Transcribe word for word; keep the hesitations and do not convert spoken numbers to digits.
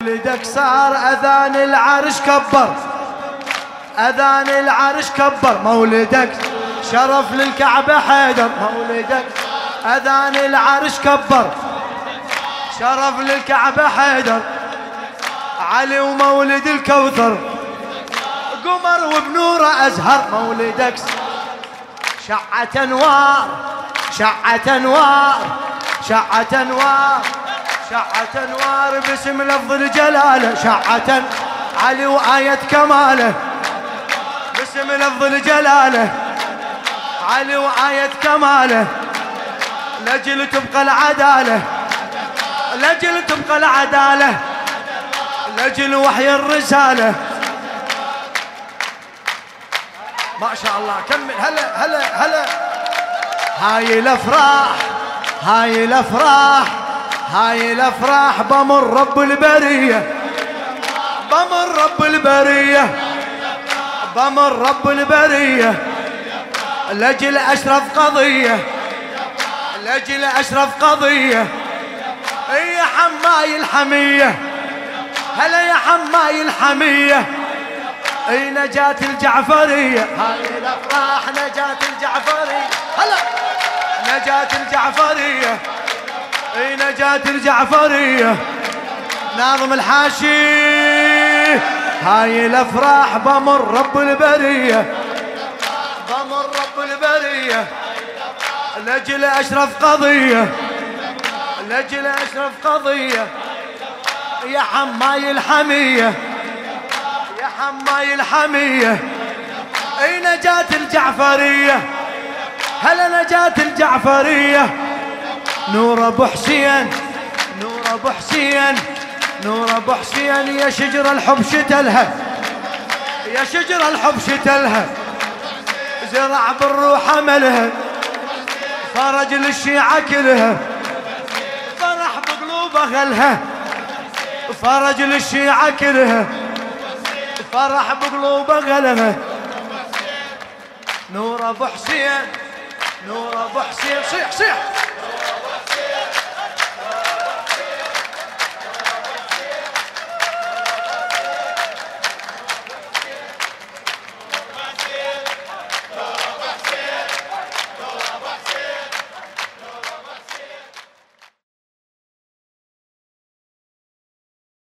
مولدك صار أذان العرش كبر، أذان العرش كبر، مولدك شرف للكعبة حيدر، مولدك أذان العرش كبر، شرف للكعبة حيدر، علي ومولد الكوثر، قمر وبنوره أزهر، مولدك شعة أنوار، شعة أنوار، شعة أنوار، شعة أنوار باسم لفظ الجلالة، شعة علي وآية كماله، باسم لفظ الجلالة، علي وآية كماله، لجل تبقى العدالة، لجل تبقى العدالة، لجل وحي الرسالة. ما شاء الله كمل. هلا هلا هلا. هاي الافراح، هاي الافراح، هاي الافراح بمر رب البريه، بمر رب البريه، بمر رب البريه، لاجل اشرف قضيه، لاجل اشرف قضيه. يا حماي الحميه، هلا يا حماي الحميه، اي نجاة الجعفريه، هاي الافراح نجاة الجعفريه، هلا نجاة الجعفريه، اي نجاة الجعفريه، ناظم الحاشي. هاي الافراح بمر رب البريه، بمر رب البريه، لاجل اشرف قضيه، لاجل اشرف قضيه. يا حماي الحميه، يا حماي الحميه، اي نجاة الجعفريه، هلا نجاة الجعفريه. نور ابو حسين، نور ابو حسين، نور ابو حسين، يا شجر الحب شتلها، يا شجر الحب شتلها، زرع بالروح عملها، فرج للشيعة كلها، فرح بقلوب اهلها، فرج للشيعة كلها، فرح بقلوب اهلها. نور ابو حسين، نور ابو حسين، صيح صيح.